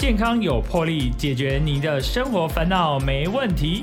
健康有魄力，解决您的生活烦恼没问题。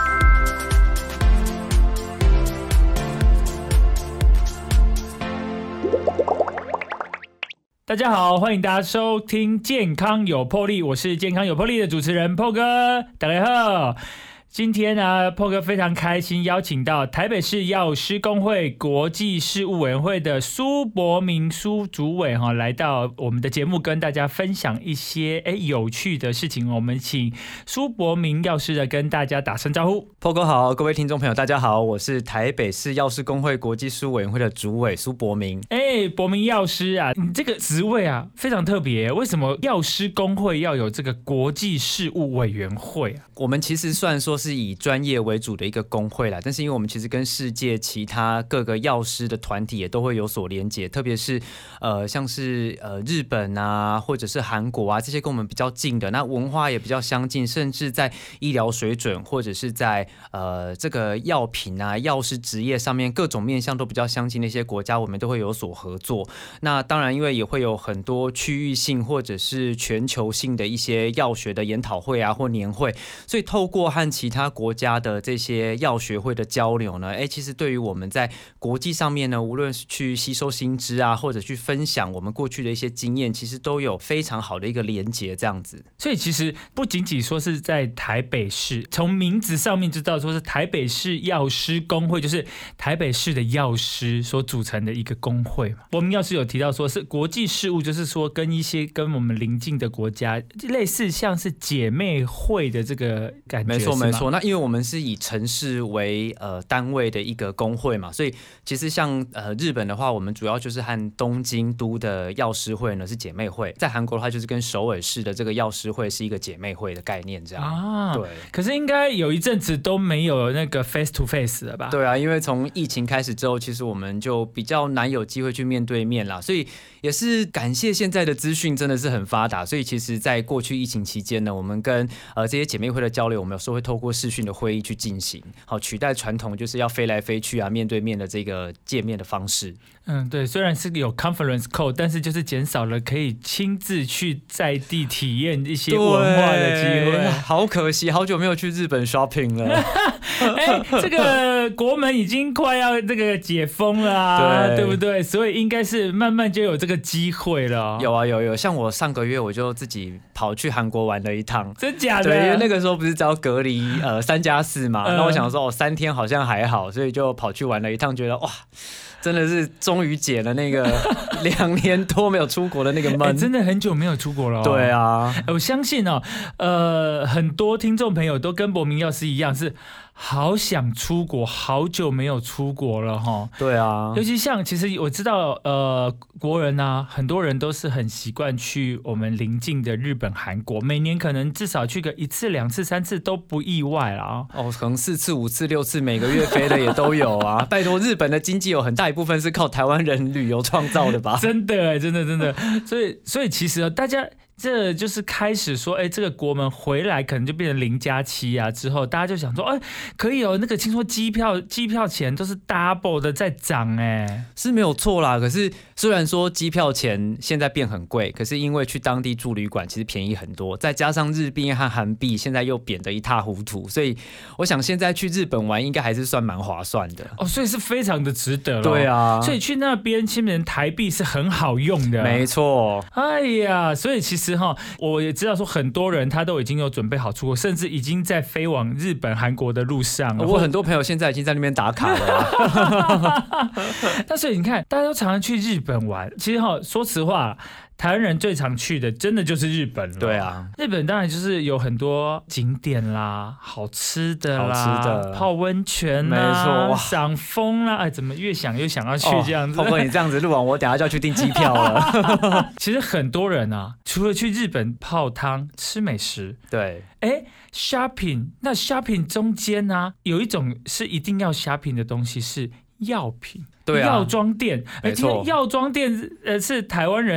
大家好，欢迎大家收听健康有魄力，我是健康有魄力的主持人 Po 哥，大家好。今天呢，Po 哥非常开心，邀请到台北市药师公会国际事务委员会的苏博明苏主委来到我们的节目，跟大家分享一些有趣的事情。我们请苏博明药师的跟大家打声招呼。 Po 哥好，各位听众朋友大家好，我是台北市药师公会国际事务委员会的主委苏博明。 博明药师啊，你这个职位啊非常特别，为什么药师公会要有这个国际事务委员会啊？ 我们其实虽然说是以专业为主的一个公会啦，但是因为我们其实跟世界其他各个药师的团体也都会有所连结，特别是像是日本啊，或者是韩国啊，这些跟我们比较近的，那文化也比较相近，甚至在医疗水准或者是在这个药品啊、药师职业上面各种面向都比较相近的一些国家，我们都会有所合作。那当然，因为也会有很多区域性或者是全球性的一些药学的研讨会啊或年会。所以透过和其他国家的这些药学会的交流呢，其实对于我们在国际上面呢，无论是去吸收新知啊，或者去分享我们过去的一些经验，其实都有非常好的一个连结这样子。 所以其实不仅仅说是在台北市，从名字上面知道说是台北市药师公会，就是台北市的药师所组成的一个公会嘛。我们药师有提到说是国际事务，就是说跟一些跟我们邻近的国家类似，像是姐妹会的这个感觉。 没错没错，那因为我们是以城市为单位的一个公会嘛，所以其实像日本的话，我们主要就是和东京都的药师会呢是姐妹会，在韩国的话就是跟首尔市的这个药师会是一个姐妹会的概念这样啊。对， 可是应该有一阵子都没有那个 face to face 了吧？ 对啊，因为从疫情开始之后，其实我们就比较难有机会去面对面啦，所以也是感谢现在的资讯真的是很发达，所以其实在过去疫情期间呢，我们跟这些姐妹会的交流，我们有时候会透过视讯的会议去进行，好取代传统就是要飞来飞去啊面对面的这个见面的方式。 对，虽然是有 conference call， 但是就是减少了可以亲自去在地体验一些文化的机会。 好可惜，好久没有去日本 shopping 了。 这个国门已经快要这个解封了啊，对不对？所以应该是慢慢就有这个机会了。 有啊有，像我上个月我就自己跑去韩国玩了一趟。 真假的？ 对，因为那个时候不是只要隔离3+4嘛，那我想说3天好像还好，所以就跑去玩了一趟，觉得哇，真的是终于解了那个2年多没有出国的那个闷。 真的很久没有出国了。 对啊， 我相信很多听众朋友都跟博明药师一样，是好想出国，好久没有出国了哈。 对啊， 尤其像其实我知道国人啊，很多人都是很习惯去我们邻近的日本、韩国，每年可能至少去个1次、2次、3次都不意外啦。 可能4次、5次、6次，每个月飞的也都有啊。拜托，日本的经济有很大一部分是靠台湾人旅游创造的吧？ 真的，真的，所以其实大家。这就是开始说，这个国门回来可能就变成0+7啊，之后大家就想说，可以那个听说机票钱都是 double 的在涨， 是没有错啦。可是虽然说机票钱现在变很贵，可是因为去当地住旅馆其实便宜很多，再加上日币和韩币现在又贬得一塌糊涂，所以我想现在去日本玩应该还是算蛮划算的。 所以是非常的值得。 对啊， 所以去那边其实台币是很好用的。 没错。 哎呀，所以其实我也知道说很多人他都已经有准备好出国，甚至已经在飞往日本、韩国的路上了。 我很多朋友现在已经在那边打卡了。 那所以你看，大家都常常去日本玩，其实说实话。台湾人最常去的真的就是日本了。 对啊， 日本当然就是有很多景点啦，好吃的啦，泡温泉啦，没错，赏枫啦，怎么越想越想要去这样子。 泡哥，你这样子录完，我等一下就要去订机票了。 其实很多人啊，除了去日本泡汤、吃美食， 对 ，shopping， 那 shopping 中间呢，有一种是一定要 shopping 的东西是药品。对啊，药妆店， 没错， 药妆店是台湾人的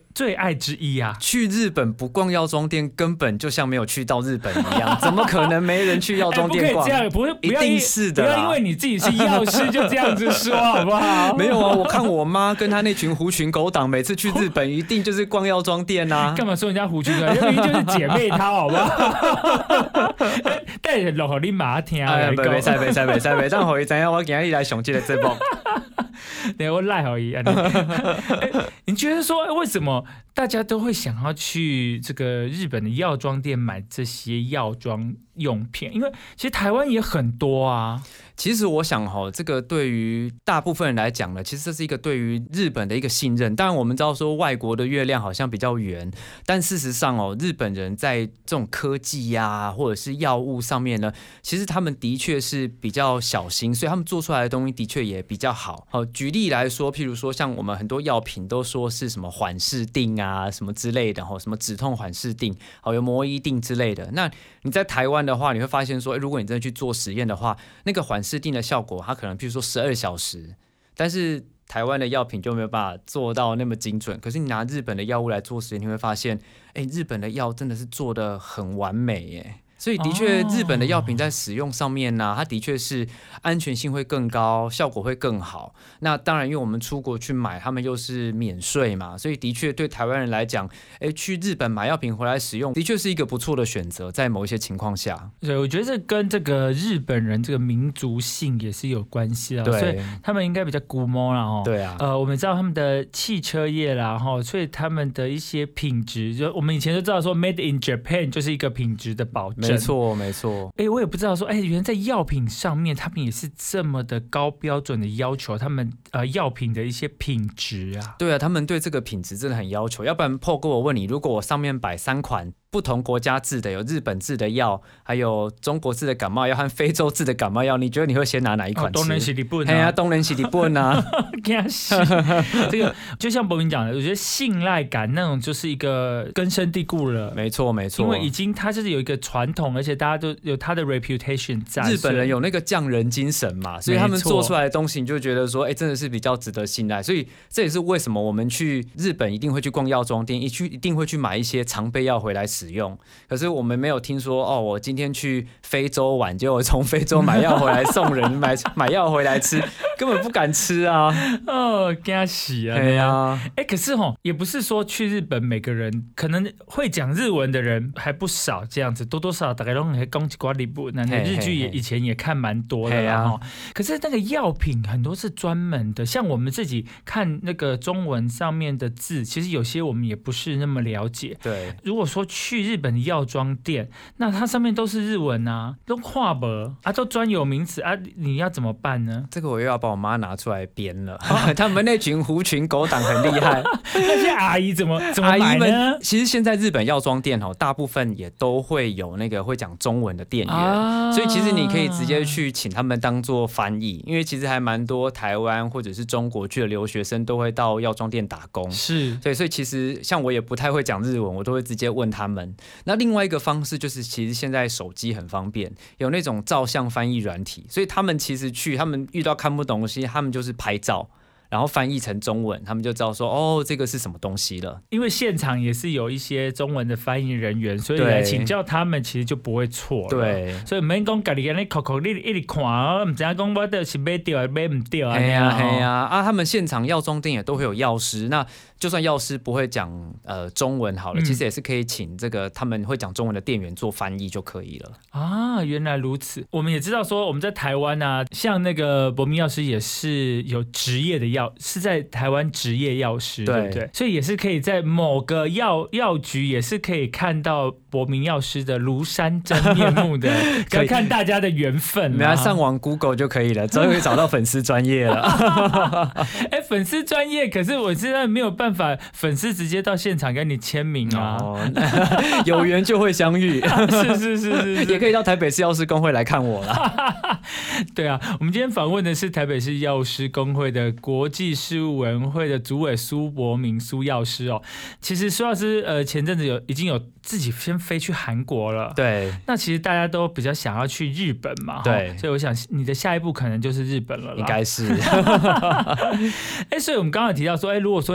最爱之一啊！ 去日本不逛药妆店，根本就像没有去到日本一样，怎么可能没人去药妆店逛？ 不可以这样，不一定是的啦， 不要因为你自己是药师就这样子说，好不好？ 没有啊，我看我妈跟她那群狐群狗党，每次去日本一定就是逛药妆店啊。 干嘛说人家狐群狗党？明明就是姐妹淘，好不好？但是录给你妈听啊！ 哎，袂使，让互伊知影我今日来上这个节目。 对，我赖而已。你觉得说为什么大家都会想要去这个日本的药妆店买这些药妆用品？因为其实台湾也很多啊。 其实我想这个对于大部分人来讲呢，其实这是一个对于日本的一个信任。当然我们知道说外国的月亮好像比较圆，但事实上日本人在这种科技啊或者是药物上面呢，其实他们的确是比较小心，所以他们做出来的东西的确也比较好。举例来说，譬如说像我们很多药品都说是什么缓释定啊什么之类的，什么止痛缓释定，有摩伊定之类的。那你在台湾的话，你会发现说，如果你真的去做实验的话，那个缓释定的效果，它可能譬如说12小时，但是台湾的药品就没有办法做到那么精准。可是你拿日本的药物来做实验，你会发现，日本的药真的是做得很完美耶。所以的确，日本的药品在使用上面呢，它的确是安全性会更高，效果会更好。那当然，因为我们出国去买，他们又是免税嘛，所以的确对台湾人来讲，去日本买药品回来使用，的确是一个不错的选择，在某一些情况下。 对，我觉得这跟这个日本人这个民族性也是有关系啊， 对， 所以他们应该比较古摸啦， 对啊， 我们知道他们的汽车业啦，所以他们的一些品质，就我们以前都知道说 Made in Japan 就是一个品质的保证。 没错，没错。 我也不知道说，原来在药品上面，他们也是这么的高标准的要求，他们药品的一些品质啊。 对啊，他们对这个品质真的很要求。要不然 Paul 哥，我问你，如果我上面摆3款不同国家制的，有日本制的药，还有中国制的感冒药和非洲制的感冒药，你觉得你会先拿哪一款吃？ 当然是日本啊。 嘿啊，当然是日本啊。 这个就像博明讲的，我觉得信赖感那种就是一个根深蒂固了。 没错，没错。 因为已经它就是有一个传统，而且大家都有它的 reputation 在。 日本人有那个匠人精神嘛，所以他们做出来的东西，你就觉得说，真的是比较值得信赖。所以这也是为什么我们去日本一定会去逛药妆店，一定会去买一些常备药回来使用。可是我们没有听说我今天去非洲玩，结果从非洲买药回来送人，买药回来吃，根本不敢吃啊！ 惊死啊！ 对啊， 可是也不是说去日本每个人可能会讲日文的人还不少，这样子多多少少大概都会讲一寡日文，那日剧以前也看蛮多的啦。可是那个药品很多是专门的，像我们自己看那个中文上面的字，其实有些我们也不是那么了解。 对， 如果说去日本的药妆店，那它上面都是日文啊，都看不啊，都专有名词啊，你要怎么办呢？ 这个我又要把我妈拿出来编了。他们那群狐群狗党很厉害。 那些阿姨怎么买呢？ 阿姨们其实现在日本药妆店大部分也都会有那个会讲中文的店员，所以其实你可以直接去请他们当做翻译，因为其实还蛮多台湾或者是中国去的留学生都会到药妆店打工， 是， 对，所以其实像我也不太会讲日文，我都会直接问他们。那另外一个方式就是，其实现在手机很方便，有那种照相翻译软体，所以他们其实他们遇到看不懂的东西，他们就是拍照，然后翻译成中文，他们就知道说这个是什么东西了。因为现场也是有一些中文的翻译人员，所以来请教他们，其实就不会错了。对，所以免讲家己安尼口口你一直看，唔知讲我到是买对还是买唔对啊？ 嘿呀，他们现场药妆店也都会有药师，那就算药师不会讲中文好了，其实也是可以请这个他们会讲中文的店员做翻译就可以了。 啊，原来如此。我们也知道说我们在台湾啊，像那个博明药师也是有职业的是在台湾职业药师， 对不对？所以也是可以在某个药局也是可以看到博明药师的庐山真面目的，可以看大家的缘分。 没有，上网 Google 就可以了，终于找到粉丝专页了。 粉丝专页，可是我现在没有办法，粉丝直接到现场跟你签名啊。 有缘就会相遇。 是， 也可以到台北市药师公会来看我啦。 对啊，我们今天访问的是台北市药师公会的国际事务委员会的主委苏博明苏药师哦。其实苏药师前阵子已经有自己先飞去韩国了。对，那其实大家都比较想要去日本嘛。对，所以我想你的下一步可能就是日本了啦。 应该是。 所以我们刚刚提到说，如果说你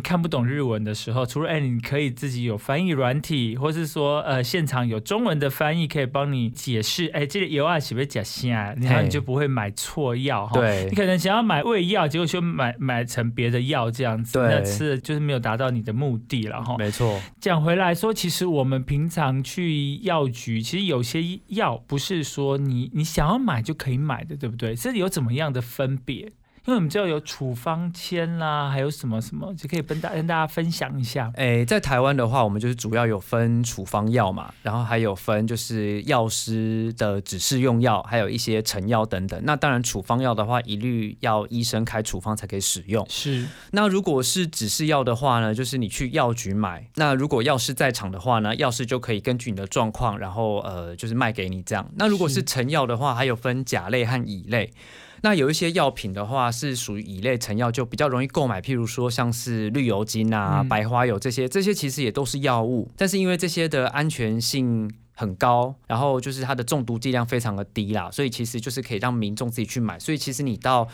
看不懂日文的时候，除了你可以自己有翻译软体，或是说现场有中文的翻译可以帮你解释，这个药是不是假啥，然后你就不会买错药。 对， 你可能想要买胃药，结果就买成别的药这样子，那吃的就是没有达到你的目的了哈。 没错。 讲回来说，其实我们平常去药局，其实有些药不是说你想要买就可以买的，对不对？是有怎么样的分别？因为我们知道有处方签啦，还有什么什么，就可以跟大家分享一下。 在台湾的话，我们就是主要有分处方药嘛，然后还有分就是药师的指示用药，还有一些成药等等。那当然处方药的话，一律要医生开处方才可以使用。 是。 那如果是指示药的话呢，就是你去药局买，那如果药师在场的话呢，药师就可以根据你的状况，然后就是卖给你这样。那如果是成药的话，还有分甲类和乙类。那有一些药品的话是属于乙类成药，就比较容易购买，譬如说像是绿油精啊、白花油这些其实也都是药物，但是因为这些的安全性很高，然后就是它的中毒剂量非常的低啦，所以其实就是可以让民众自己去买。所以其实你到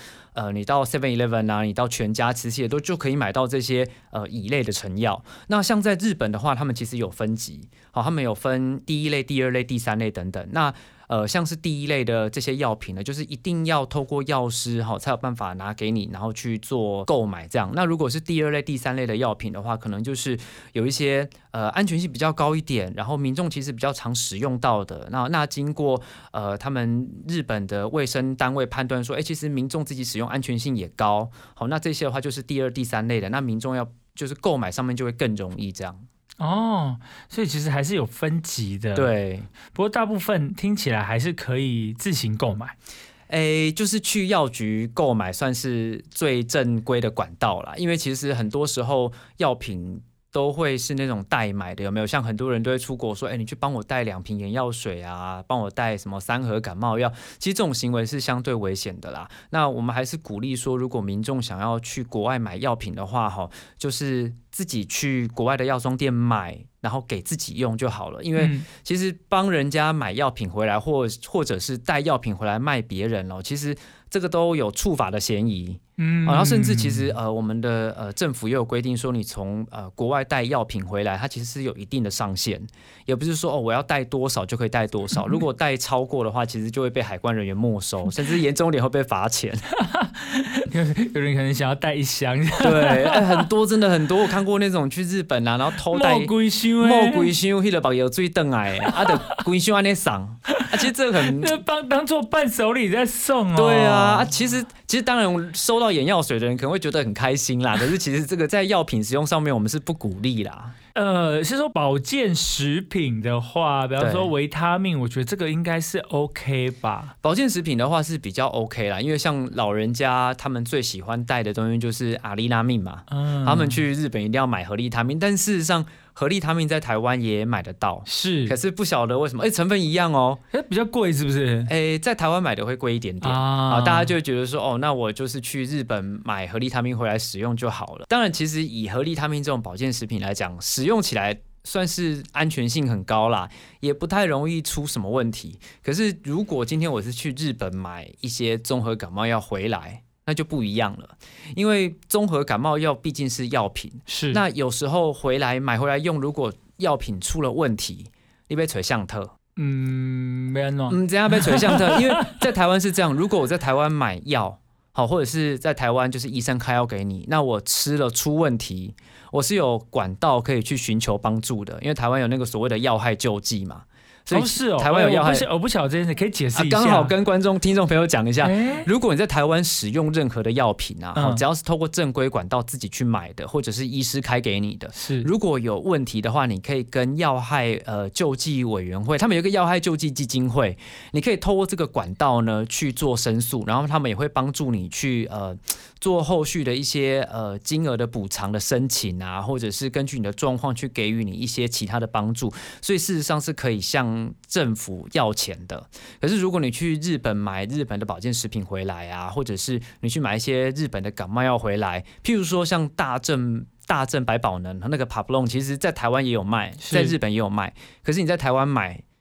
7-Eleven 啊，你到全家，其实也都就可以买到这些乙类的成药。那像在日本的话，他们其实有分级，他们有分第一类、第二类、第三类等等。那像是第一类的这些药品呢，就是一定要透过药师才有办法拿给你，然后去做购买这样。那如果是第二类、第三类的药品的话，可能就是有一些安全性比较高一点，然后民众其实比较常使用到的。那经过他们日本的卫生单位判断说，其实民众自己使用安全性也高，好，那这些的话就是第二、第三类的，那民众要就是购买上面就会更容易这样。 所以其实还是有分级的。 对， 不过大部分听起来还是可以自行购买。 就是去药局购买算是最正规的管道啦，因为其实很多时候药品都会是那种代买的，有没有？像很多人都会出国说，你去帮我带2瓶眼药水啊，帮我带什么3盒感冒药，其实这种行为是相对危险的啦。那我们还是鼓励说，如果民众想要去国外买药品的话，就是自己去国外的药妆店买，然后给自己用就好了。因为其实帮人家买药品回来，或者是带药品回来卖别人其实这个都有触法的嫌疑。然后甚至其实我们的政府也有规定说，你从国外带药品回来，它其实是有一定的上限，也不是说我要带多少就可以带多少。如果带超过的话，其实就会被海关人员没收，甚至严重点会被罚钱。 有人可能想要带1箱。 对，很多真的很多，我看过那种去日本啊，然后偷带莫规箱， 迄个把药水回来的，规箱安尼送。其实这个很当做伴手礼在送。 对啊，其实当然收到眼药水的人可能会觉得很开心啦，可是其实这个在药品使用上面我们是不鼓励啦。 是说保健食品的话，比方说维他命，我觉得这个应该是 OK 吧。 保健食品的话是比较 OK 啦，因为像老人家他们最喜欢带的东西就是阿利那命嘛，他们去日本一定要买合利他命，但事实上合利他命在台湾也买得到， 是， 可是不晓得为什么，成分一样比较贵是不是？ 在台湾买的会贵一点点大家就会觉得说，那我就是去日本买合利他命回来使用就好了。当然，其实以合利他命这种保健食品来讲，使用起来算是安全性很高啦，也不太容易出什么问题。可是如果今天我是去日本买一些综合感冒药回来，那就不一样了，因为综合感冒药毕竟是药品， 是， 那有时候买回来用，如果药品出了问题，你被吹相特。 没安怎？ 这样被吹相特，因为在台湾是这样，如果我在台湾买药，或者是在台湾就是医生开药给你，那我吃了出问题，我是有管道可以去寻求帮助的，因为台湾有那个所谓的药害救济嘛。 是台湾有药害， 我不晓得这件事，可以解释一下。 刚好跟听众朋友讲一下，如果你在台湾使用任何的药品只要是透过正规管道自己去买的，或者是医师开给你的， 是， 如果有问题的话，你可以跟药害救济委员会，他们有一个药害救济基金会，你可以透过这个管道呢去做申诉，然后他们也会帮助你去做后续的一些金额的补偿的申请啊，或者是根据你的状况去给予你一些其他的帮助，所以事实上是可以向政府要钱的。可是如果你去日本买日本的保健食品回来啊，或者是你去买一些日本的感冒药回来，譬如说像大正百宝能那个 Pablon， 其实在台湾也有卖，在日本也有卖，可是你在台湾买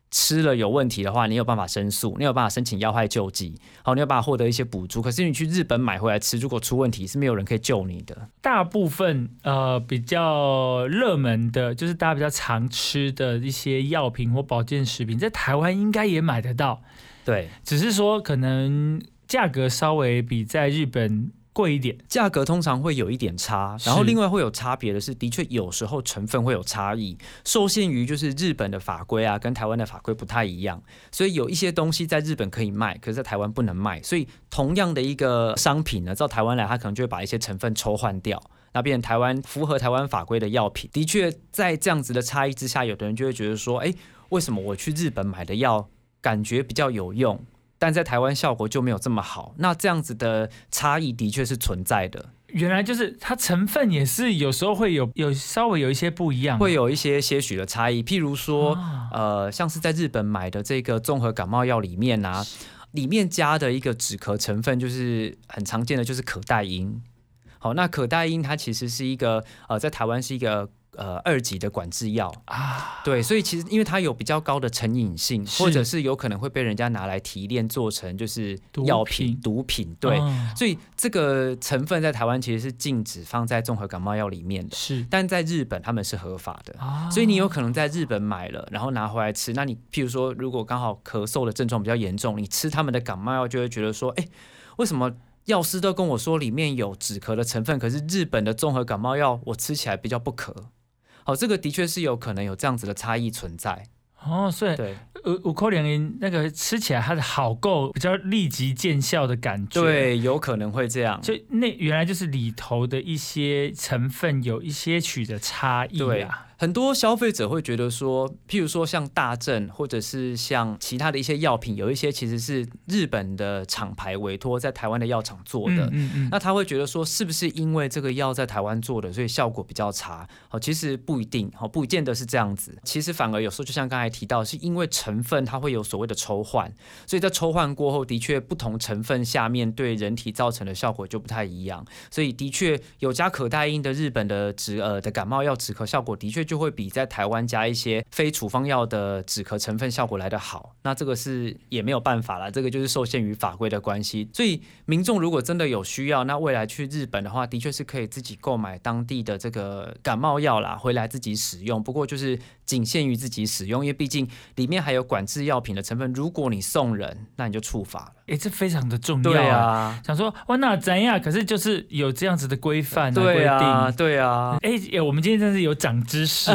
吃了有问题的话，你有办法申诉，你有办法申请要害救济，好，你有办法获得一些补助。可是你去日本买回来吃，如果出问题，是没有人可以救你的。 大部分比较热门的，就是大家比较常吃的一些药品或保健食品，在台湾应该也买得到。 对， 只是说可能价格稍微比在日本贵一点， 价格通常会有一点差，然后另外会有差别的是，的确有时候成分会有差异，受限于就是日本的法规啊，跟台湾的法规不太一样，所以有一些东西在日本可以卖，可是在台湾不能卖，所以同样的一个商品呢，到台湾来，它可能就会把一些成分抽换掉，那变成台湾符合台湾法规的药品。的确，在这样子的差异之下，有的人就会觉得说，为什么我去日本买的药感觉比较有用？但在台湾效果就没有这么好，那这样子的差异的确是存在的。 原来就是它成分也是有时候会有稍微有一些不一样， 会有一些些许的差异。譬如说，像是在日本买的这个综合感冒药里面啊，里面加的一个止咳成分就是很常见的，就是可待因。好，那可待因它其实是一个在台湾是一个2级的管制药啊，对，所以其实因为它有比较高的成瘾性，或者是有可能会被人家拿来提炼做成就是药品、毒品，对，所以这个成分在台湾其实是禁止放在综合感冒药里面的， 是， 但在日本他们是合法的，所以你有可能在日本买了，然后拿回来吃，那你譬如说如果刚好咳嗽的症状比较严重，你吃他们的感冒药就会觉得说，为什么药师都跟我说里面有止咳的成分，可是日本的综合感冒药我吃起来比较不咳。好，这个的确是有可能有这样子的差异存在。 所以对， 有可能那个吃起来它的好够比较立即见效的感觉， 对，有可能会这样。 就原来就是里头的一些成分有一些许的差异啊。 对，很多消费者会觉得说，譬如说像大正或者是像其他的一些药品，有一些其实是日本的厂牌委托在台湾的药厂做的，那他会觉得说，是不是因为这个药在台湾做的，所以效果比较差？其实不一定，不见得是这样子。其实反而有时候就像刚才提到，是因为成分它会有所谓的抽换，所以在抽换过后，的确不同成分下面对人体造成的效果就不太一样。所以的确有加可待因的日本的的感冒药止咳效果的确就会比在台湾加一些非处方药的止咳成分效果来得好，那这个是也没有办法啦，这个就是受限于法规的关系。所以民众如果真的有需要，那未来去日本的话，的确是可以自己购买当地的这个感冒药啦，回来自己使用。不过就是仅限于自己使用，因为毕竟里面还有管制药品的成分，如果你送人，那你就触法了。 这非常的重要。 对啊， 想说哇那怎样？可是就是有这样子的规范对啊， 规定。 对啊。 我们今天真是有长知识。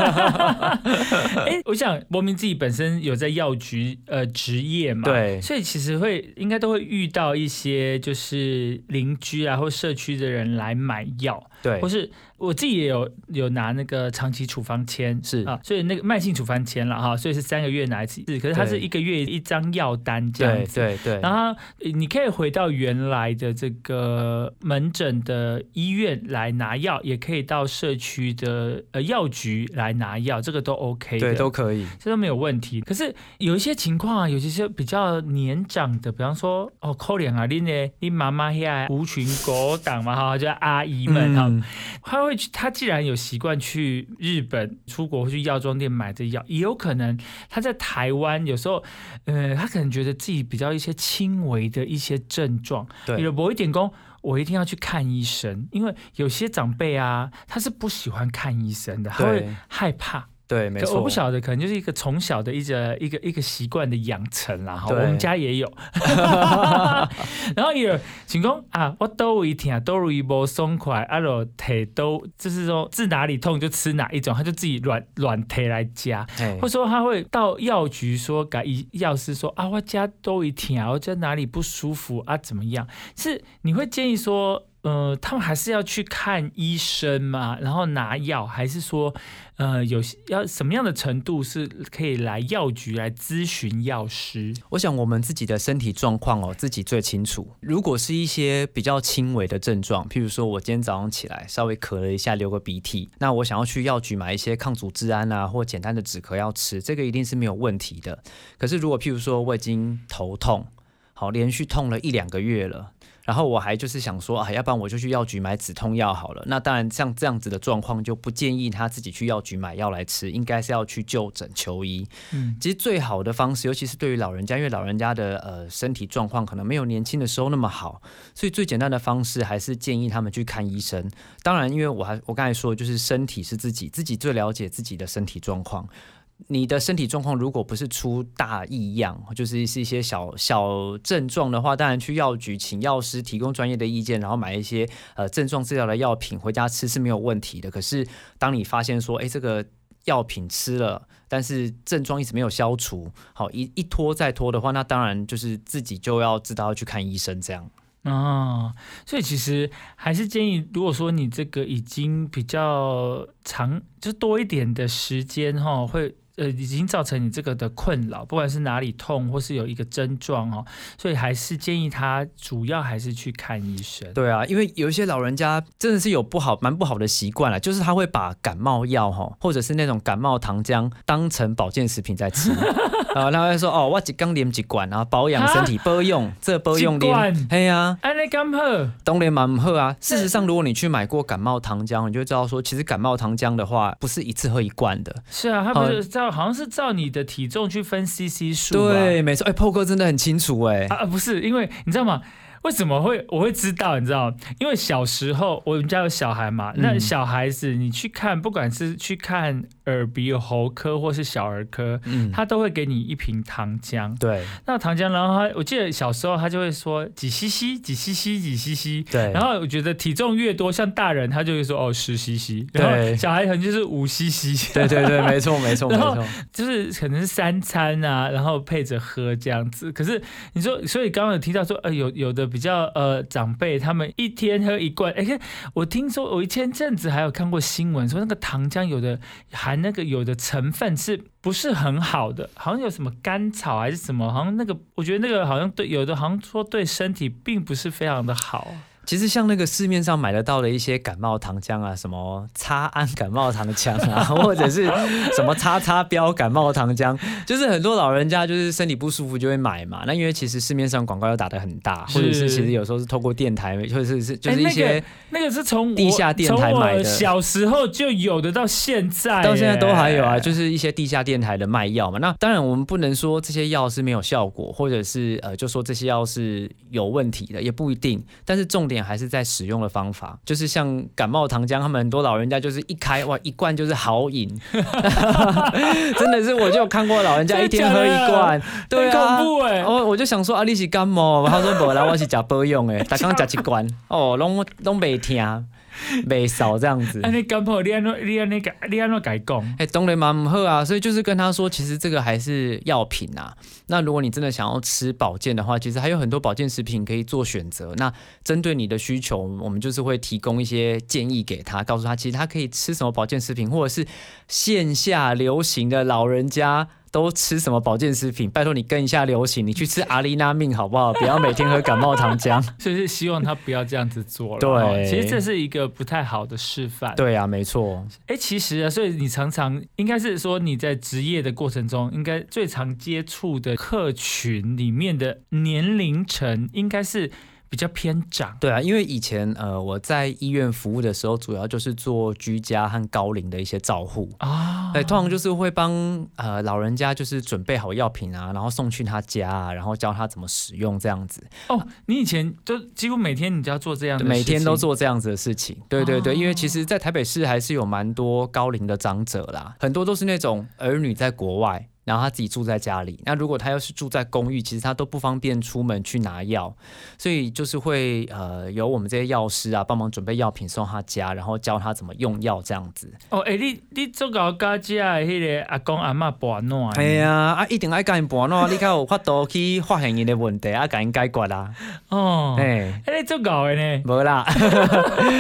我想博明自己本身有在药局职业嘛， 对， 所以其实应该都会遇到一些就是邻居啊或社区的人来买药， 对， 或是我自己也有拿那个长期处方签， 是啊， 所以那个慢性处方签了哈，所以是3个月拿一次，可是它是1个月1张药单这样子， 对， 然后你可以回到原来的这个门诊的医院来拿药，也可以到社区的药局来拿药，这个都 OK 的， 对，都可以， 这都没有问题。可是有一些情况啊，有些比较年长的，比方说可怜啊，你妈妈现狐群狗党嘛哈，就阿姨们哈，他既然有习惯去日本出国或去药妆店买的药，也有可能他在台湾有时候他可能觉得自己比较一些轻微的一些症状， 对， 有某一点说我一定要去看医生，因为有些长辈啊他是不喜欢看医生的，他会害怕。 对，没错， 我不晓得，可能就是一个从小的一个习惯的养成啦。我们家也有。然后有情况啊，我都会听，都会不松快，就腿都就是说治哪里痛就吃哪一种，他就自己乱腿来加，或者说他会到药局说给药师说啊，我家都会听，我家哪里不舒服啊，怎么样？是你会建议说？他们还是要去看医生嘛，然后拿药，还是说，要什么样的程度是可以来药局来咨询药师？ 我想我们自己的身体状况自己最清楚。如果是一些比较轻微的症状，譬如说我今天早上起来稍微咳了一下，流个鼻涕，那我想要去药局买一些抗组织胺啊，或简单的止咳药吃，这个一定是没有问题的。可是如果譬如说我已经头痛，好，连续痛了1-2个月了。 然后我还就是想说要不然我就去药局买止痛药好了。那当然像这样子的状况就不建议他自己去药局买药来吃，应该是要去就诊求医。其实最好的方式，尤其是对于老人家，因为老人家的身体状况可能没有年轻的时候那么好，所以最简单的方式还是建议他们去看医生。当然，因为我刚才说的就是身体是自己最了解自己的身体状况。你的身体状况如果不是出大异样，就是一些小症状的话，当然去药局请药师提供专业的意见，然后买一些症状治疗的药品回家吃是没有问题的。可是当你发现说，这个药品吃了，但是症状一直没有消除，好一拖再拖的话，那当然就是自己就要知道要去看医生这样。 所以其实还是建议，如果说你这个已经比较长，就多一点的时间会已经造成你这个的困扰，不管是哪里痛或是有一个症状所以还是建议他主要还是去看医生。 对啊，因为有一些老人家真的是有蛮不好的习惯啦，就是他会把感冒药或者是那种感冒糖浆当成保健食品在吃。他会说我一天啉一罐，然后保养身体，保养这保养啉，嘿啊， 安尼咁好， 当然嘛不好啊。事实上，如果你去买过感冒糖浆，你就知道说，其实感冒糖浆的话，不是一次喝一罐的。 是啊，它不是好像是照你的体重去分 CC 数。 对，没错。Paul 哥真的很清楚不是，因为你知道吗？为什么我会知道？你知道，因为小时候我们家有小孩嘛，那小孩子你去看，不管是去看耳鼻喉科或是小儿科，他都会给你一瓶糖浆。 对， 那糖浆，然后我记得小时候他就会说几 cc 几 cc 几 cc。 对， 然后我觉得体重越多，像大人他就会说10 cc， 然后小孩可能就是5 cc。 对对对，没错没错没错， 就是可能是3餐啊，然后配着喝这样子。可是你说，所以刚刚有提到说，有的比较长辈他们一天喝1罐，我听说我前阵子还有看过新闻说那个糖浆有的含那个有的成分是不是很好的，好像有什么甘草还是什么，好像那个我觉得那个好像对有的好像说对身体并不是非常的好。 其实像那个市面上买得到的一些感冒糖浆啊，什么擦安感冒糖浆啊，或者是什么叉叉标感冒糖浆，就是很多老人家就是身体不舒服就会买嘛。那因为其实市面上广告又打得很大，或者是其实有时候是透过电台，或者是就是一些那个是从地下电台买的， 小时候就有的，到现在都还有啊，就是一些地下电台的卖药嘛。那当然我们不能说这些药是没有效果，或者是就说这些药是有问题的，也不一定。但是重点还是在使用的方法，就是像感冒糖浆，他们很多老人家就是一开一罐就是豪饮，真的是我就有看过老人家一天喝1罐，对啊， 很恐怖我就想说你是感冒，他说不啦，我是吃保养的，大刚吃1罐，拢没听。没少这样子， 你感冒你安怎改讲？ 当然嘛不好啊，所以就是跟他说，其实这个还是药品啊。那如果你真的想要吃保健的话，其实还有很多保健食品可以做选择。那针对你的需求，我们就是会提供一些建议给他，告诉他其实他可以吃什么保健食品，或者是线下流行的老人家都吃什么保健食品，拜托你跟一下流行，你去吃阿丽娜命好不好？不要每天喝感冒糖浆。 所以是希望他不要这样子做了。 对， 其实这是一个不太好的示范。 对啊，没错。 其实所以你常常应该是说你在职业的过程中，应该最常接触的客群里面的年龄层，应该是比较偏长。 对啊，因为以前我在医院服务的时候，主要就是做居家和高龄的一些照护啊，通常就是会帮老人家就是准备好药品啊，然后送去他家啊，然后教他怎么使用这样子。 你以前都几乎每天你就要做这样的事情， 每天都做这样子的事情。对对对，因为其实，在台北市还是有蛮多高龄的长者啦，很多都是那种儿女在国外，然后他自己住在家里。那如果他要是住在公寓，其实他都不方便出门去拿药，所以就是会由我们这些药师啊帮忙准备药品送他家，然后教他怎么用药这样子。 你做到家的迄个阿公阿嬷保暖。 一定要教因保暖，你才有法度去发现因的问题，教因解决啊。 你做到的呢？ 无啦。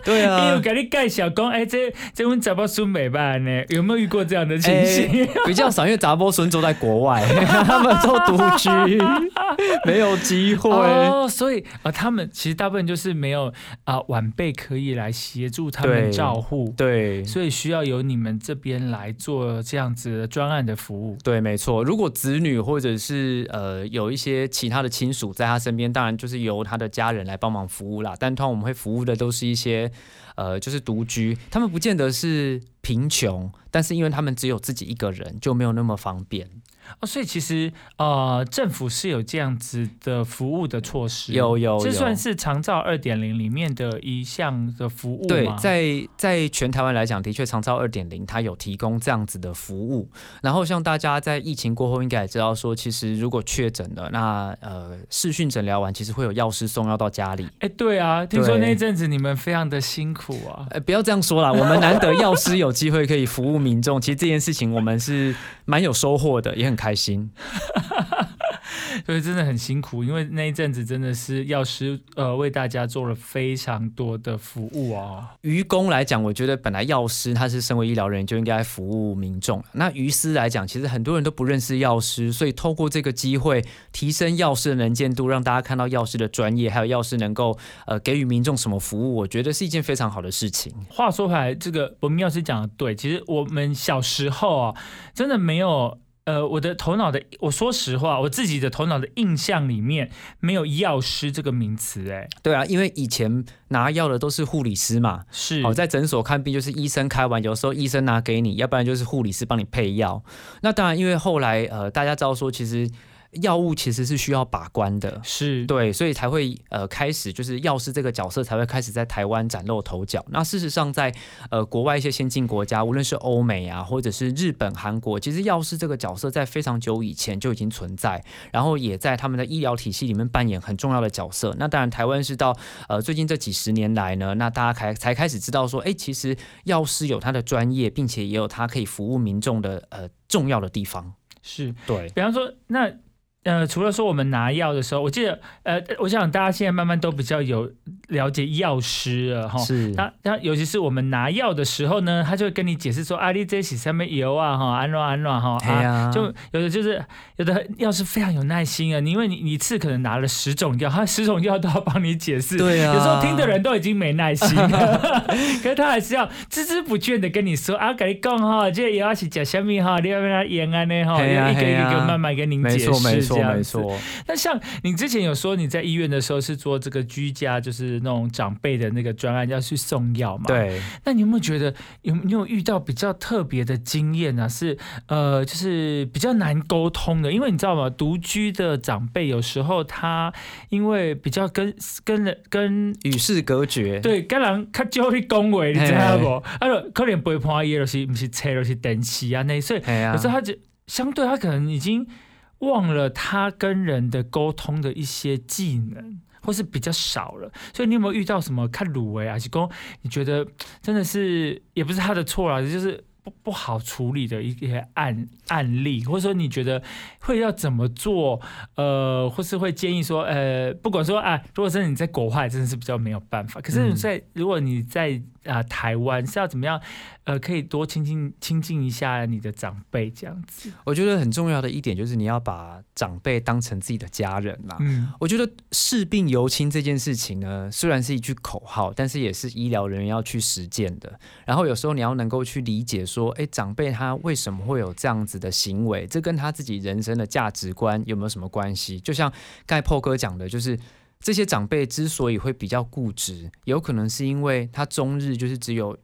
对啊， 有给你介绍讲，这阮查某孙袂歹呢，有没有遇过这样的情形？ 比较少，因为查某孙都在国外，他们都独居，没有机会。 所以他们其实大部分就是没有晚辈可以来协助他们照护， 对， 所以需要由你们这边来做这样子的专案的服务。 对，没错。如果子女或者是有一些其他的亲属在他身边，当然就是由他的家人来帮忙服务啦。但通常我们会服务的都是一些就是独居，他们不见得是贫穷，但是因为他们只有自己一个人，就没有那么方便。 所以其实政府是有这样子的服务的措施， 有， 这算是长照 2.0 里面的一项的服务吗？ 对，在全台湾来讲，的确长照 2.0 它有提供这样子的服务。然后像大家在疫情过后应该也知道说，其实如果确诊了，那视讯诊疗完，其实会有药师送药到家里。 对啊，听说那一阵子你们非常的辛苦啊。 不要这样说啦，我们难得药师有机会可以服务民众，其实这件事情我们是蛮有收获的，也很开心。 所以真的很辛苦，因为那一阵子真的是药师为大家做了非常多的服务啊。 于公来讲，我觉得本来药师他是身为医疗人员就应该服务民众。那于私来讲，其实很多人都不认识药师，所以透过这个机会提升药师的能见度，让大家看到药师的专业，还有药师能够给予民众什么服务，我觉得是一件非常好的事情。 话说回来，这个博明药师讲的对，其实我们小时候啊，真的没有。我的头脑的，我说实话，我自己的头脑的印象里面没有药师这个名词， 对啊，因为以前拿药的都是护理师嘛， 是， 在诊所看病就是医生开完，有时候医生拿给你，要不然就是护理师帮你配药。那当然，因为后来大家知道说，其实药物其实是需要把关的， 是对，所以才会开始就是药师这个角色才会开始在台湾崭露头角。那事实上在国外一些先进国家，无论是欧美啊，或者是日本、韩国，其实药师这个角色在非常久以前就已经存在，然后也在他们的医疗体系里面扮演很重要的角色。那当然，台湾是到最近这几十年来呢，那大家才开始知道说，其实药师有他的专业，并且也有他可以服务民众的重要的地方。 是， 对， 比方说那。除了说我们拿药的时候，我记得，我想大家现在慢慢都比较有了解药师了哈。 是。 那尤其是我们拿药的时候呢，他就会跟你解释说，你这是什么油啊哈，安暖哈，就有的药师非常有耐心啊，因为你一次可能拿了10种药，他10种药都要帮你解释。 对啊。 有时候听的人都已经没耐心了，可是他还是要孜孜不倦的跟你说跟你讲哈，这个药是吃什么哈，你要不要验啊呢哈，一个一个慢慢跟您解释。 没错。 那像你之前有说你在医院的时候是做这个居家，就是那种长辈的那个专案要去送药嘛？ 对。 那你有没有觉得你有遇到比较特别的经验啊？是就是比较难沟通的，因为你知道吗？独居的长辈有时候他因为比较跟与世隔绝， 对，跟人较少去讲话，你知道不？可能陪伴伊就是不是车就是电视啊那，所以有时候他就相对他可能已经忘了他跟人的沟通的一些技能，或是比较少了。所以你有没有遇到什么看鲁还是说你觉得真的是也不是他的错啦，就是不好处理的一些案例，或者说你觉得会要怎么做？或是会建议说，不管说如果真的你在国外真的是比较没有办法，可是如果你在台湾是要怎么样？可以多亲近一下你的长辈，这样子。 我觉得很重要的一点就是你要把长辈当成自己的家人啦。我觉得视病犹亲这件事情呢，虽然是一句口号，但是也是医疗人员要去实践的。然后有时候你要能够去理解说，长辈他为什么会有这样子的行为，这跟他自己人生的价值观有没有什么关系？就像刚才 Paul 哥讲的，就是这些长辈之所以会比较固执，有可能是因为他终日就是只有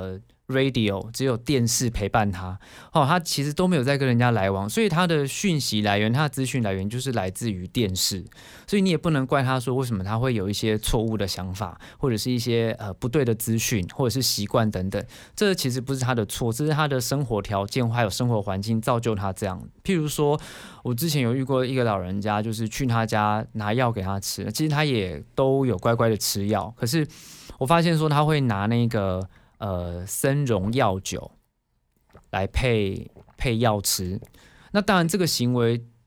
radio 只有电视陪伴他，他其实都没有在跟人家来往，所以他的讯息来源、他的资讯来源就是来自于电视，所以你也不能怪他说为什么他会有一些错误的想法，或者是一些不对的资讯，或者是习惯等等，这其实不是他的错，这是他的生活条件还有生活环境造就他这样。譬如说，我之前有遇过一个老人家，就是去他家拿药给他吃，其实他也都有乖乖的吃药，可是我发现说他会拿那个参茸药酒来配药吃，那当然这个行为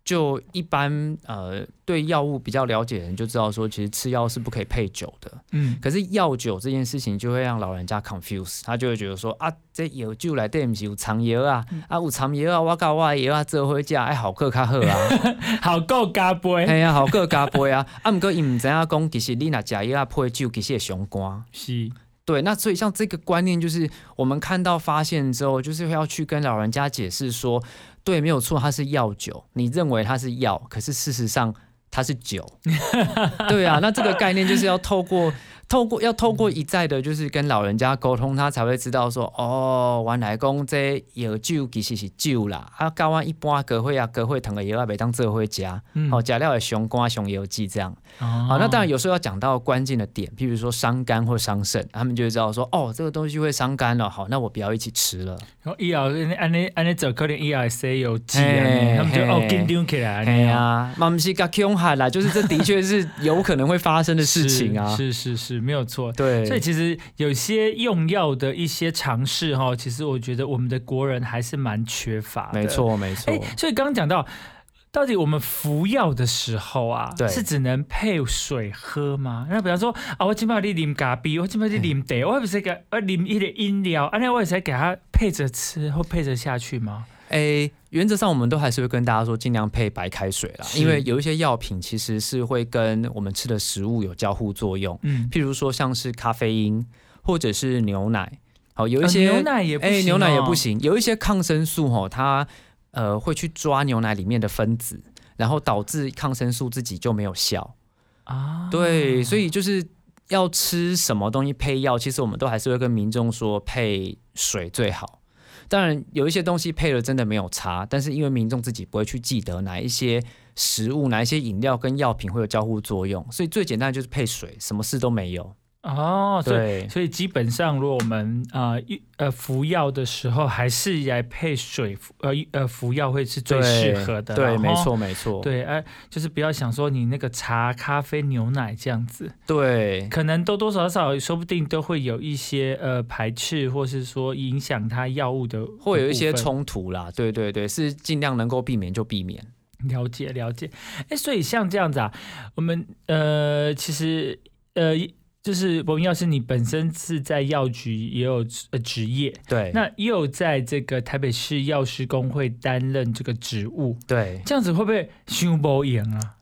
就一般对药物比较了解的人就知道说，其实吃药是不可以配酒的。可是药酒这件事情就会让老人家 confuse， 他就会觉得说啊，这药酒内底不是有藏药啊，有藏药啊，我甲我的药啊做伙食，好过较好啊， 好过加杯， 系啊，好过加杯啊。不过伊唔知影讲，其实你若食药啊配酒，其实会伤肝。 是。 对，那所以像这个观念，就是我们看到发现之后，就是要去跟老人家解释说，对，没有错，它是药酒，你认为它是药，可是事实上它是酒。对啊，那这个概念就是要透过一再的，就是跟老人家沟通，他才会知道说，哦，原来讲这药酒其实是酒啦，甲我一般隔会糖的药啊，袂当做伙食，食了会伤肝伤腰肌这样。好，那当然有时候要讲到关键的点，譬如说伤肝或伤肾，他们就会知道说，哦，这个东西会伤肝了，好，那我不要一起吃了。 然后以后安尼做可能以后会有剂啊，他们就紧张起来。 哎呀，嘛不是甲恐吓啦，就是这的确是有可能会发生的事情啊。 是，没有错。 对， 所以其实有些用药的一些尝试哈，其实我觉得我们的国人还是蛮缺乏的。 没错。 所以刚刚讲到底我们服药的时候啊，是只能配水喝吗？那比方说啊，我今摆你啉咖啡，我今摆你啉茶，我不是给我啉一个饮料，那我也是给它配着吃或配着下去吗？ 原则上我们都还是会跟大家说，尽量配白开水啦，因为有一些药品其实是会跟我们吃的食物有交互作用，譬如说像是咖啡因或者是牛奶，好，有一些牛奶也不行， 牛奶也不行，有一些抗生素它会去抓牛奶里面的分子，然后导致抗生素自己就没有效啊。对，所以就是要吃什么东西配药，其实我们都还是会跟民众说配水最好。当然有一些东西配了真的没有差，但是因为民众自己不会去记得哪一些食物、哪一些饮料跟药品会有交互作用，所以最简单的就是配水，什么事都没有。 哦，所以基本上，如果我们服药的时候，还是来配水服药会是最适合的。 对，没错。 对，就是不要想说你那个茶、咖啡、牛奶这样子， 对， 可能多多少少说不定都会有一些排斥，或是说影响它药物的， 会有一些冲突啦。对，是尽量能够避免就避免。 了解。所以像这样子啊，我们其实就是博明药师，你本身是在药局也有职业， 对， 那也有在这个台北市药师公会担任这个职务， 对， 这样子会不会伤无用啊？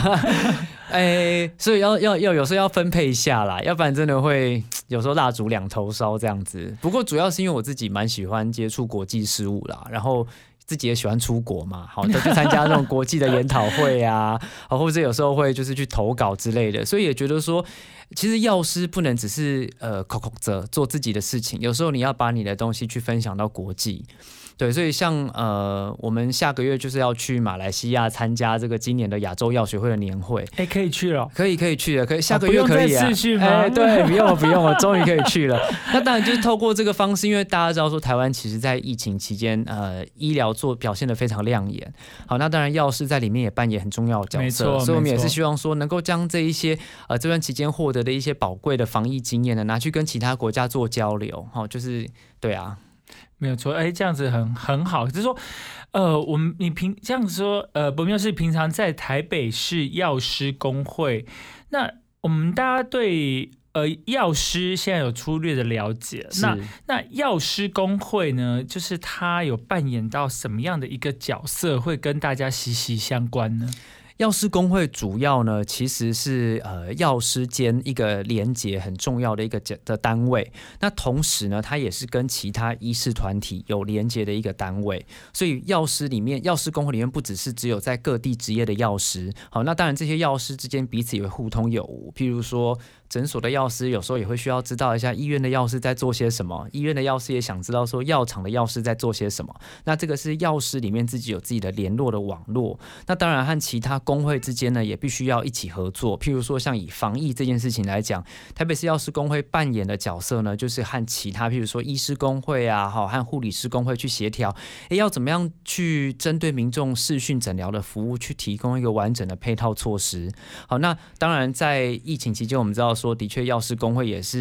所以要有时候要分配一下啦，要不然真的会有时候蜡烛两头烧这样子。不过主要是因为我自己蛮喜欢接触国际事务啦，然后自己也喜欢出国嘛，好，就去参加那种国际的研讨会啊，或者有时候会就是去投稿之类的，所以也觉得说，其实药师不能只是口着做自己的事情，有时候你要把你的东西去分享到国际。对，所以像我们下个月就是要去马来西亚参加这个今年的亚洲药学会的年会。 可以去了， 可以去了，可以下个月可以啊。 不用再视讯吗？ 对，不用了，终于可以去了。那当然就是透过这个方式，因为大家知道说台湾其实在疫情期间，医疗表现得非常亮眼。好，那当然药师在里面也扮演很重要的角色，所以我们也是希望说能够将这一些这段期间获得的一些宝贵的防疫经验呢，拿去跟其他国家做交流。好，就是对啊。 没有错，这样子很好。就是说，你这样子说，博明药师平常在台北市药师公会，那我们大家对药师现在有粗略的了解。那药师公会呢，就是他有扮演到什么样的一个角色，会跟大家息息相关呢？ 药师公会主要呢，其实是药师间一个连结很重要的一个的单位。那同时呢，它也是跟其他医师团体有连结的一个单位。所以药师公会里面不只有在各地执业的药师，好，那当然这些药师之间彼此也会互通有无。譬如说，诊所的药师有时候也会需要知道一下医院的药师在做些什么，医院的药师也想知道说药厂的药师在做些什么。那这个是药师里面自己有自己的联络的网络。那当然和其他公会之间呢，也必须要一起合作。譬如说，像以防疫这件事情来讲，台北市药师公会扮演的角色呢，就是和其他譬如说医师公会啊，和护理师公会去协调，要怎么样去针对民众视讯诊疗的服务，去提供一个完整的配套措施。好，那当然在疫情期间，我们知道说，的确药师公会也是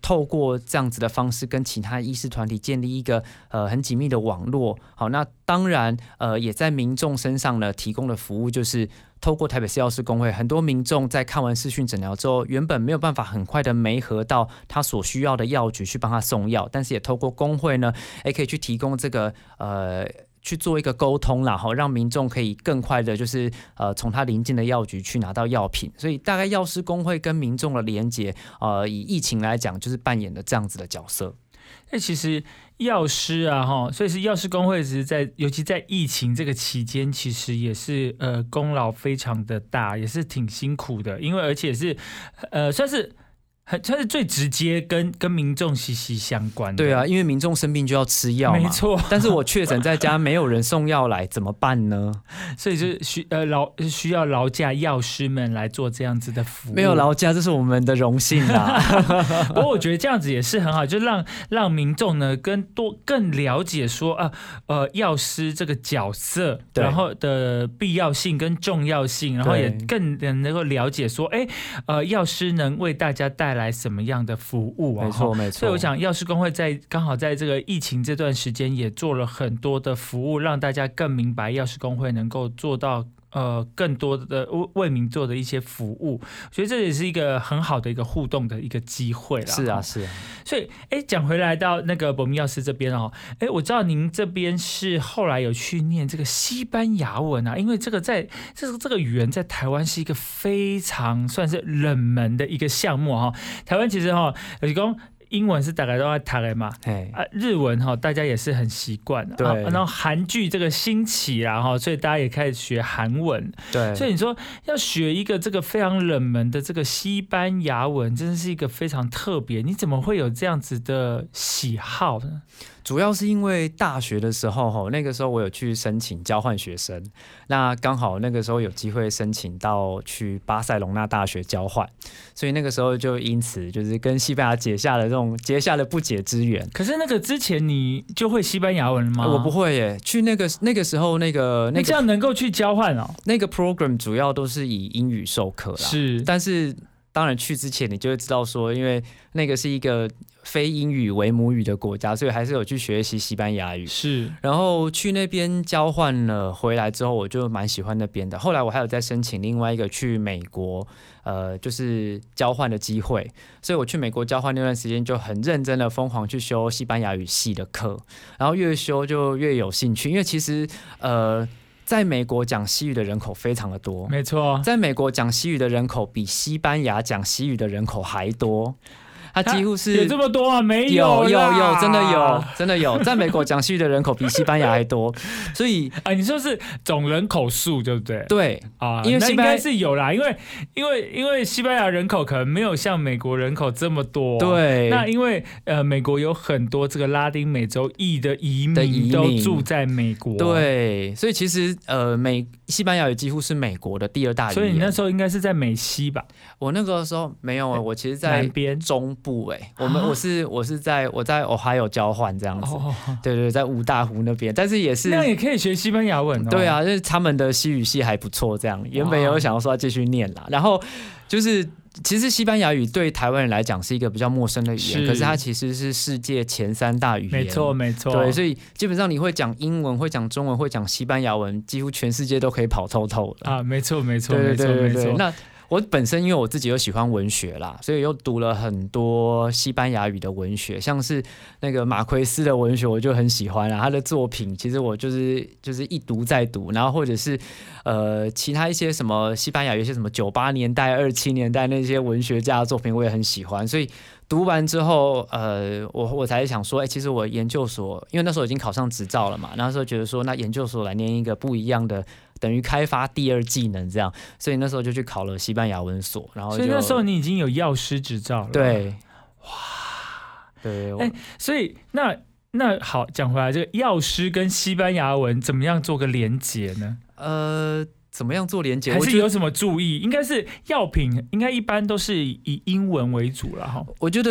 透过这样子的方式跟其他医师团体建立一个很紧密的网络。好，那当然也在民众身上呢提供的服务就是透过台北市药师公会，很多民众在看完视讯诊疗之后，原本没有办法很快的媒合到他所需要的药局去帮他送药，但是也透过公会呢，可以去提供这个去做一个沟通啦，让民众可以更快的，就是从他邻近的药局去拿到药品。所以大概药师公会跟民众的连结，以疫情来讲，就是扮演了这样子的角色。 那其实药师啊，所以是药师公会，只是尤其在疫情这个期间，其实也是功劳非常的大，也是挺辛苦的，因为而且是算是最直接跟民众息息相关的。 对啊，因为民众生病就要吃药嘛， 没错。 但是我确诊在家，没有人送药来，怎么办呢？ 所以就需要劳驾药师们来做这样子的服务。 没有劳驾，这是我们的荣幸啦。 不过我觉得这样子也是很好，就让民众呢更了解说药师这个角色，然后的必要性跟重要性，然后也更能够了解说，药师能为大家带来什么样的服务啊？ 没错没错。 所以我想药师公会刚好在这个疫情这段时间也做了很多的服务，让大家更明白药师公会能够做到更多的为民做的一些服务，我觉得这也是一个很好的一个互动的一个机会啦。 是啊是啊。 所以讲回来到那个博明药师这边我知道您这边是后来有去念这个西班牙文啊，因为这个语言在台湾是一个非常算是冷门的一个项目台湾其实有讲英文是大概都在读的嘛，日文大家也是很习惯的，然后韩剧这个兴起啦所以大家也开始学韩文， 对， 所以你说要学一个这个非常冷门的这个西班牙文，真的是一个非常特别，你怎么会有这样子的喜好呢？ 主要是因为大学的时候，那个时候我有去申请交换学生，那刚好那个时候有机会申请到去巴塞隆纳大学交换，所以那个时候就因此就是跟西班牙结下了不解之缘。 可是那个之前你就会西班牙文吗？ 我不会耶。去那个时候那个这样能够去交换那个 program 主要都是以英语授课啦， 是， 但是当然去之前你就会知道说，因为那个是一个非英语为母语的国家，所以还是有去学习西班牙语。 是，然后去那边交换了，回来之后我就蛮喜欢那边的。后来我还有再申请另外一个去美国，就是交换的机会，所以我去美国交换那段时间就很认真的疯狂去修西班牙语系的课，然后越修就越有兴趣，因为其实在美国讲西语的人口非常的多， 没错， 在美国讲西语的人口比西班牙讲西语的人口还多。它几乎是有这么多啊？没有， 有，真的有，在美国讲西语的人口比西班牙还多，所以你说是总人口数对不对？ 对啊，因为西班牙应该是有啦，因为西班牙人口可能没有像美国人口这么多， 对。 那因为美国有很多这个拉丁美洲裔的移民都住在美国， 对，所以其实西班牙语几乎是美国的第二大语言。 所以你那时候应该是在美西吧？ 我那个时候没有，我其实在南边中部我在Ohio 交换这样子，对，在五大湖那边，但是也是那也可以学西班牙文对啊，就是他们的西语系还不错，这样原本有想要说要继续念啦，然后就是其实西班牙语对台湾人来讲是一个比较陌生的语言，可是它其实是世界前3大语言， 没错， 对，所以基本上你会讲英文、会讲中文、会讲西班牙文，几乎全世界都可以跑透透了没错， 对。那我本身因为我自己又喜欢文学啦，所以又读了很多西班牙语的文学，像是那个马奎斯的文学我就很喜欢啦，他的作品其实我就是一读再读，然后或者是其他一些什么西班牙有一些什么98年代、27年代那些文学家的作品我也很喜欢，所以读完之后我才想说其实我研究所因为那时候已经考上执照了嘛，那时候觉得说那研究所来念一个不一样的，等于开发第2技能这样，所以那时候就去考了西班牙文所，然后所以那时候你已经有药师执照了。 对， 哇， 对， 所以那好，讲回来，这个药师跟西班牙文怎么样做个连结呢？ 怎么样做连结？ 还是有什么注意？应该是药品，应该一般都是以英文为主啦。 我觉得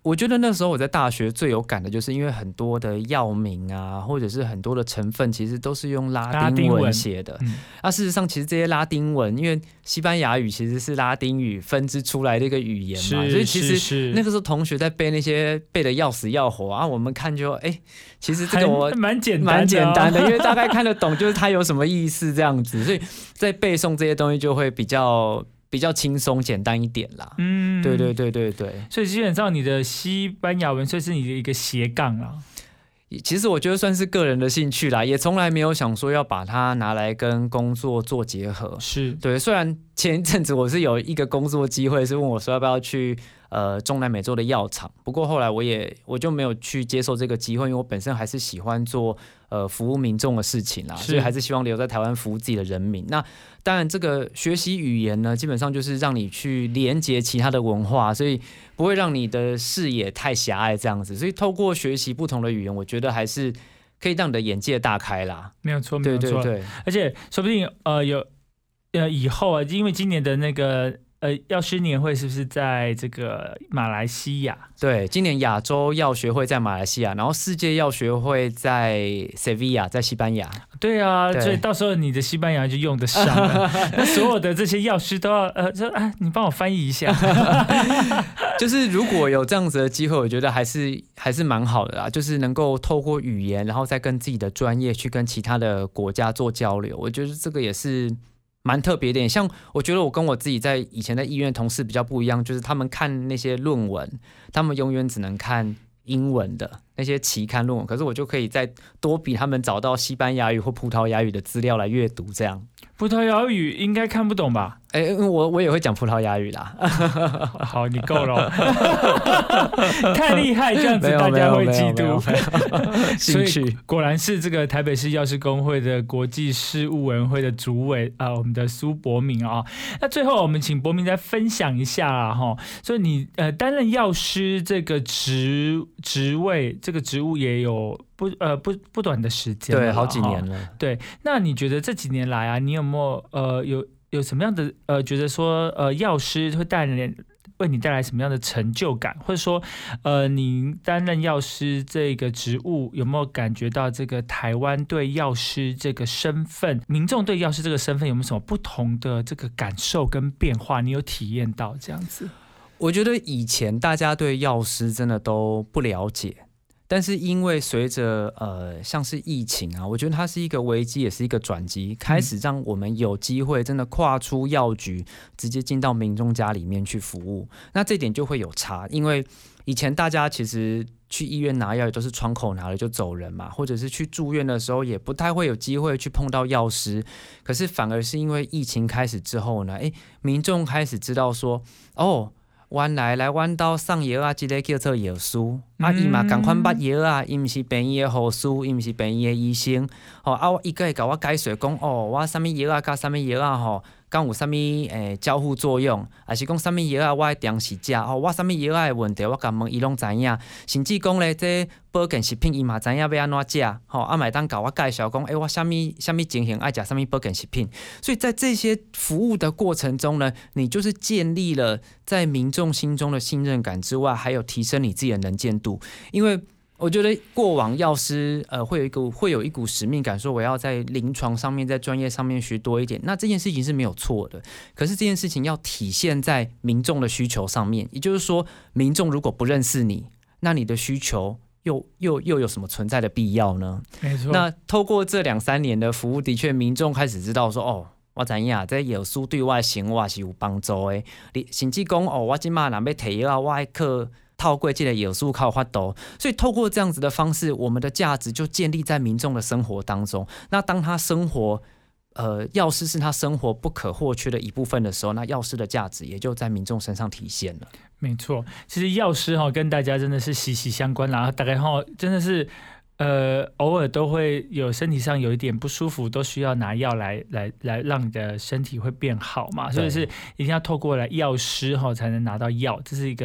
我觉得那时候我在大学最有感的就是因为很多的药名啊，或者是很多的成分其实都是用拉丁文写的。事实上其实这些拉丁文，因为西班牙语其实是拉丁语分支出来的一个语言嘛，所以其实那个时候同学在背那些背的要死要活啊，我们看就其实这个我蛮简单的，因为大概看得懂就是它有什么意思这样子，所以在背诵这些东西就会比较轻松简单一点啦。对， 所以基本上你的西班牙文算是你的一个斜杠啦。 其实我觉得算是个人的兴趣啦，也从来没有想说要把它拿来跟工作做结合。 是对，虽然前一阵子我是有一个工作机会，是问我说要不要去中南美洲的药厂，不过后来我就没有去接受这个机会，因为我本身还是喜欢做服务民众的事情啦，所以还是希望留在台湾服务自己的人民。那当然，这个学习语言呢，基本上就是让你去连接其他的文化，所以不会让你的视野太狭隘这样子。所以透过学习不同的语言，我觉得还是可以让你的眼界大开啦。 没有错，没有错。 对， 而且说不定以后啊，因为今年的那个药师年会是不是在这个马来西亚？ 对，今年亚洲药学会在马来西亚，然后世界药学会在 Sevilla， 在西班牙。 对啊，所以到时候你的西班牙就用得上了。那所有的这些药师都要说你帮我翻译一下。 就是如果有这样子的机会，我觉得还是蛮好的啦，就是能够透过语言，然后再跟自己的专业去跟其他的国家做交流，我觉得这个也是蛮特别一点。像我觉得我跟我自己以前在医院同事比较不一样，就是他们看那些论文，他们永远只能看英文的那些期刊论文，可是我就可以再多比他们找到西班牙语或葡萄牙语的资料来阅读。这样葡萄牙语应该看不懂吧？ 我也会讲葡萄牙语啦。 好，你够了。太厉害，这样子大家会嫉妒。 兴趣果然是这个台北市药师公会的国际事务委员会的主委我们的苏博明啊。那最后我们请博明再分享一下啦哈。所以你担任药师这个职位，这个职务也有不短的时间了， 对，好几年了。 对，那你觉得这几年来啊，你有没有有什么样的觉得说药师会为你带来什么样的成就感，或者说你担任药师这个职务有没有感觉到这个台湾对药师这个身份，民众对药师这个身份有没有什么不同的这个感受跟变化？你有体验到这样子？ 我觉得以前大家对药师真的都不了解。但是因为随着像是疫情啊，我觉得它是一个危机，也是一个转机，开始让我们有机会真的跨出药局，直接进到民众家里面去服务。那这点就会有差，因为以前大家其实去医院拿药也都是窗口拿了就走人嘛，或者是去住院的时候也不太会有机会去碰到药师。可是反而是因为疫情开始之后呢，民众开始知道说，原来阮兜送药啊，这个叫做药师伊嘛同款捌药啊，伊毋是病院的护士，伊毋是病院的医生，伊个会甲我解说讲，我啥物药啊，甲啥物药啊，敢有啥物交互作用，还是讲啥物药啊，我会定时食，我啥物药啊的问题，我甲问伊拢知影，甚至讲咧，这保健食品伊嘛知影要安怎食，嘛当甲我介绍讲，我啥物情形爱食啥物保健食品。所以在这些服务的过程中呢，你就是建立了在民众心中的信任感之外，还有提升你自己的能见度，因为我觉得过往药师会有一股使命感，说我要在临床上面，在专业上面学多一点。那这件事情是没有错的，可是这件事情要体现在民众的需求上面。也就是说，民众如果不认识你，那你的需求又有什么存在的必要呢？ 没错。 那透过这2-3年的服务，的确民众开始知道说，我知影这药师对我的生活是有帮助的。甚至讲我今嘛若要摕药，我要透过这个药师靠法度，所以透过这样子的方式，我们的价值就建立在民众的生活当中。那当他生活，药师是他生活不可或缺的一部分的时候，那药师的价值也就在民众身上体现了。 没错，其实药师跟大家真的是息息相关啦，大概真的是偶尔都会有身体上有一点不舒服，都需要拿药来让你的身体会变好嘛，所以是一定要透过来药师才能拿到药，这是一个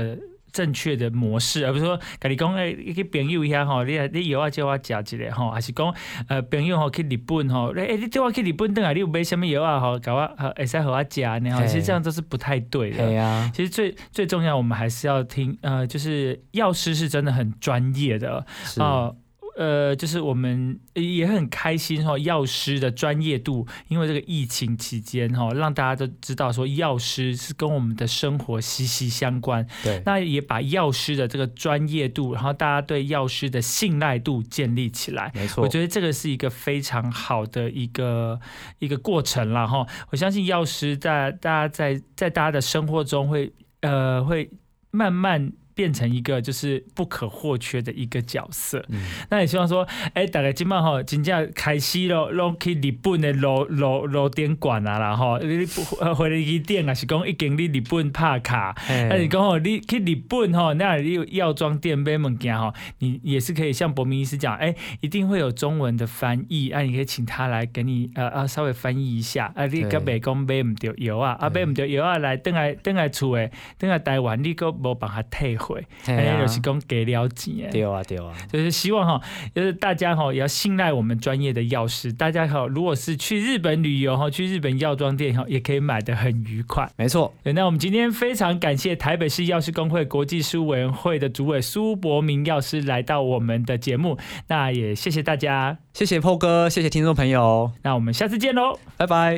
正确的模式，而不是说跟你讲一个朋友遐吼，你药叫我食一个吼，还是讲朋友吼去日本吼，你叫我去日本等下你有买什么药啊吼，搞我会使和我食呢？其实这样都是不太对的。 对啊， 其实最重要，我们还是要听就是药师是真的很专业的就是我们也很开心药师的专业度，因为这个疫情期间让大家都知道说药师是跟我们的生活息息相关。 对， 那也把药师的这个专业度，然后大家对药师的信赖度建立起来。 没错， 我觉得这个是一个非常好的一个过程啦哈。我相信药师在大家的生活中会慢慢变成一个就是不可或缺的一个角色。那也希望说，大家今晚吼真正开始咯去日本的路点馆啊啦吼，你回来去店啊是讲已经你日本拍卡，那你讲吼你去日本吼，那你有药妆店买物件吼，你也是可以像博明医师讲，一定会有中文的翻译，你可以请他来给你稍微翻译一下，你个袂讲买唔到药啊，买唔到药啊来等来厝诶，等来台湾你个无办法退回。就是讲给了钱， 对啊， 就是希望就是大家也要信赖我们专业的药师。大家如果是去日本旅游去日本药妆店也可以买得很愉快。 没错。 那我们今天非常感谢台北市药师公会国际事务委员会的主委苏博明药师来到我们的节目，那也谢谢大家， 谢谢 PO 哥，谢谢听众朋友， 那我们下次见喽， 拜拜。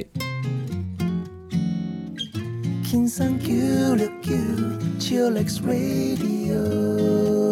Kinsan Q Chillax Radio